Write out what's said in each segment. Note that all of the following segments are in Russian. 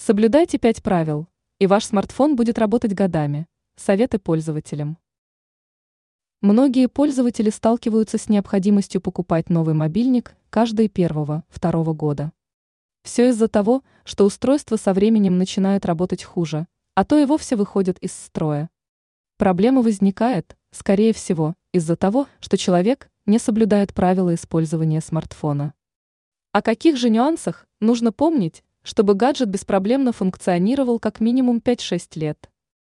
Соблюдайте 5 правил, и ваш смартфон будет работать годами. Советы пользователям. Многие пользователи сталкиваются с необходимостью покупать новый мобильник каждые первого-второго года. Все из-за того, что устройства со временем начинают работать хуже, а то и вовсе выходят из строя. Проблема возникает, скорее всего, из-за того, что человек не соблюдает правила использования смартфона. О каких же нюансах нужно помнить, чтобы гаджет беспроблемно функционировал как минимум 5-6 лет?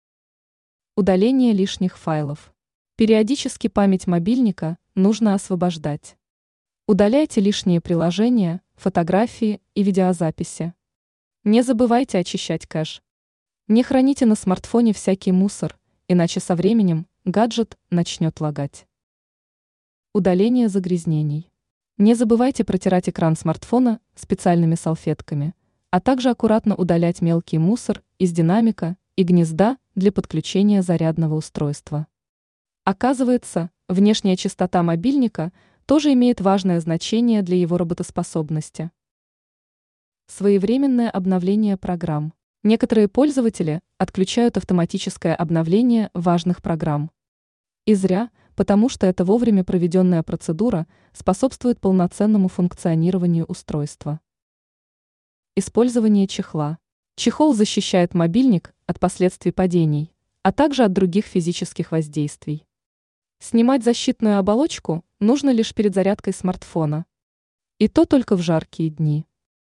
Удаление лишних файлов. Периодически память мобильника нужно освобождать. Удаляйте лишние приложения, фотографии и видеозаписи. Не забывайте очищать кэш. Не храните на смартфоне всякий мусор, иначе со временем гаджет начнет лагать. Удаление загрязнений. Не забывайте протирать экран смартфона специальными салфетками, а также аккуратно удалять мелкий мусор из динамика и гнезда для подключения зарядного устройства. Оказывается, внешняя чистота мобильника тоже имеет важное значение для его работоспособности. Своевременное обновление программ. Некоторые пользователи отключают автоматическое обновление важных программ. И зря, потому что эта вовремя проведенная процедура способствует полноценному функционированию устройства. Использование чехла. Чехол защищает мобильник от последствий падений, а также от других физических воздействий. Снимать защитную оболочку нужно лишь перед зарядкой смартфона. И то только в жаркие дни.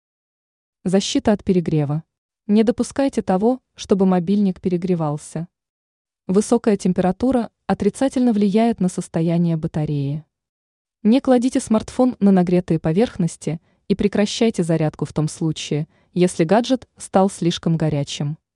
Защита от перегрева. Не допускайте того, чтобы мобильник перегревался. Высокая температура отрицательно влияет на состояние батареи. Не кладите смартфон на нагретые поверхности и прекращайте зарядку в том случае, если гаджет стал слишком горячим.